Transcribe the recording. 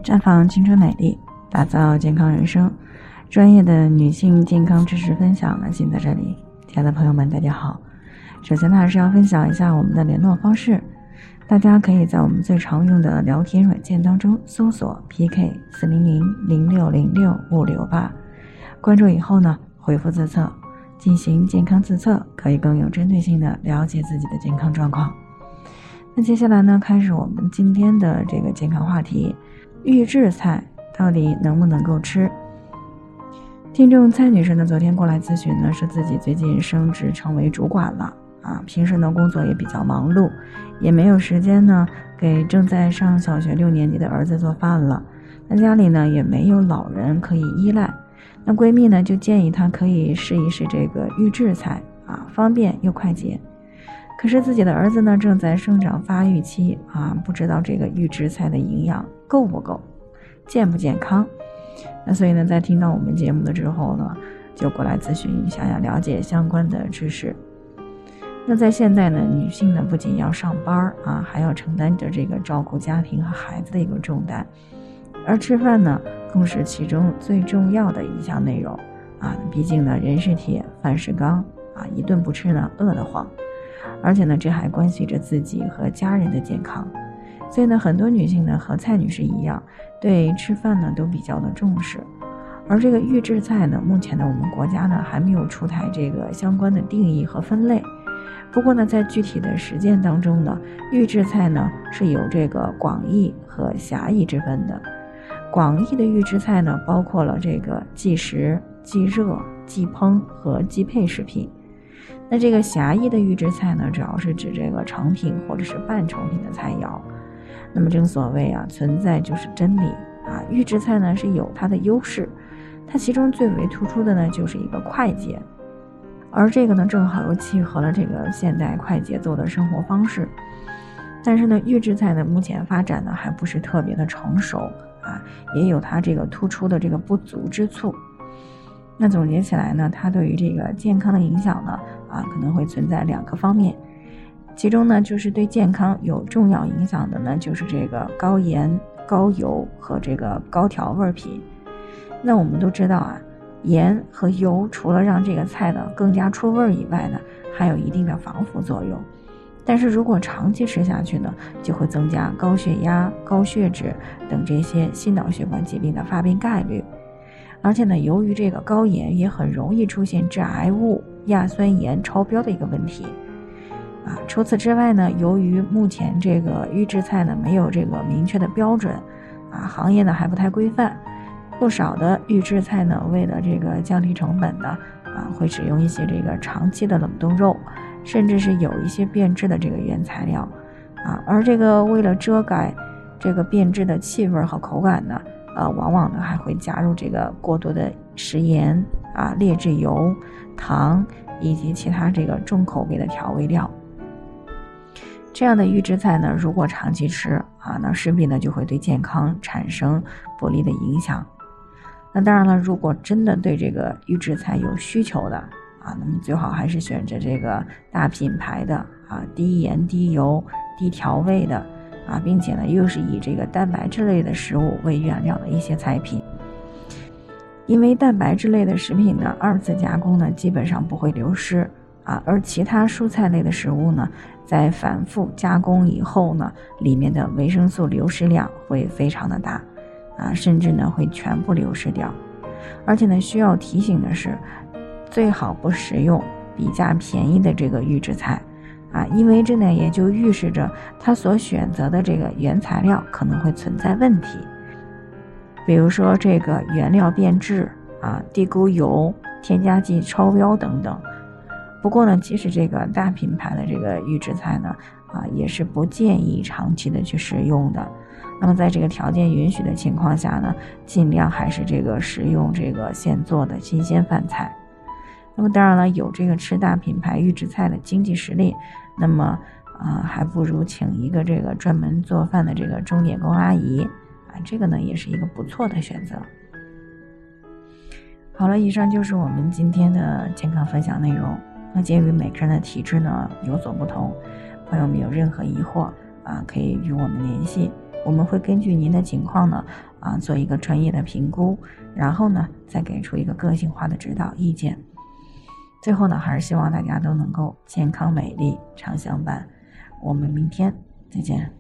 绽放青春美丽，打造健康人生。专业的女性健康知识分享呢，尽在这里。亲爱的朋友们，大家好。首先呢，还是要分享一下我们的联络方式。大家可以在我们最常用的聊天软件当中搜索 PK40006065568，关注以后呢，回复自测，进行健康自测，可以更有针对性的了解自己的健康状况。那接下来呢，开始我们今天的这个健康话题，预制菜到底能不能够吃？听众蔡女士呢，昨天过来咨询呢，说自己最近升职成为主管了平时呢工作也比较忙碌，也没有时间呢给正在上小学6年级的儿子做饭了。那家里呢也没有老人可以依赖，那闺蜜呢就建议她可以试一试这个预制菜方便又快捷。可是自己的儿子呢正在生长发育期不知道这个预制菜的营养够不够，健不健康。那所以呢，在听到我们节目的之后呢，就过来咨询，想要了解相关的知识。那在现在呢，女性呢不仅要上班还要承担着这个照顾家庭和孩子的一个重担，而吃饭呢更是其中最重要的一项内容毕竟呢，人是铁，饭是钢一顿不吃呢饿得慌。而且呢，这还关系着自己和家人的健康。所以呢，很多女性呢和蔡女士一样，对吃饭呢都比较的重视。而这个预制菜呢，目前呢我们国家呢还没有出台这个相关的定义和分类。不过呢，在具体的实践当中呢，预制菜呢是有这个广义和狭义之分的。广义的预制菜呢，包括了这个即食、即热、即烹和即配食品。那这个狭义的预制菜呢，主要是指这个成品或者是半成品的菜肴。那么正所谓存在就是真理预制菜呢是有它的优势，它其中最为突出的呢就是一个快捷，而这个呢正好又契合了这个现代快节奏的生活方式。但是呢，预制菜呢目前发展呢还不是特别的成熟也有它这个突出的这个不足之处。那总结起来呢，它对于这个健康的影响呢可能会存在2个方面。其中呢，就是对健康有重要影响的呢，就是这个高盐、高油和这个高调味品。那我们都知道盐和油除了让这个菜呢更加出味以外呢，还有一定的防腐作用。但是如果长期吃下去呢，就会增加高血压、高血脂等这些心脑血管疾病的发病概率。而且呢，由于这个高盐也很容易出现致癌物亚酸盐超标的一个问题除此之外呢，由于目前这个预制菜呢没有这个明确的标准行业呢还不太规范，不少的预制菜呢为了这个降低成本呢会使用一些这个长期的冷冻肉，甚至是有一些变质的这个原材料而这个为了遮盖这个变质的气味和口感呢往往呢还会加入这个过多的食盐劣质油、糖以及其他这个重口味的调味料。这样的预制菜呢，如果长期吃那势必呢就会对健康产生不利的影响。那当然了，如果真的对这个预制菜有需求的那么最好还是选择这个大品牌的低盐、低油、低调味的并且呢又是以这个蛋白质类的食物为原料的一些菜品。因为蛋白质类的食品呢2次加工呢基本上不会流失而其他蔬菜类的食物呢在反复加工以后呢，里面的维生素流失量会非常的大甚至呢会全部流失掉。而且呢需要提醒的是，最好不食用比价便宜的这个预制菜因为这呢也就预示着它所选择的这个原材料可能会存在问题，比如说这个原料变质低估油、添加剂超标等等。不过呢，即使这个大品牌的这个预制菜呢也是不建议长期的去食用的。那么在这个条件允许的情况下呢，尽量还是这个食用这个现做的新鲜饭菜。那么当然了，有这个吃大品牌预制菜的经济实力，那么还不如请一个这个专门做饭的这个钟点工阿姨这个呢也是一个不错的选择。好了，以上就是我们今天的健康分享内容。那鉴于每个人的体质呢有所不同，朋友们有任何疑惑可以与我们联系。 我们会根据您的情况呢做一个专业的评估，然后呢再给出一个个性化的指导意见。最后呢，还是希望大家都能够健康美丽常相伴。我们明天再见。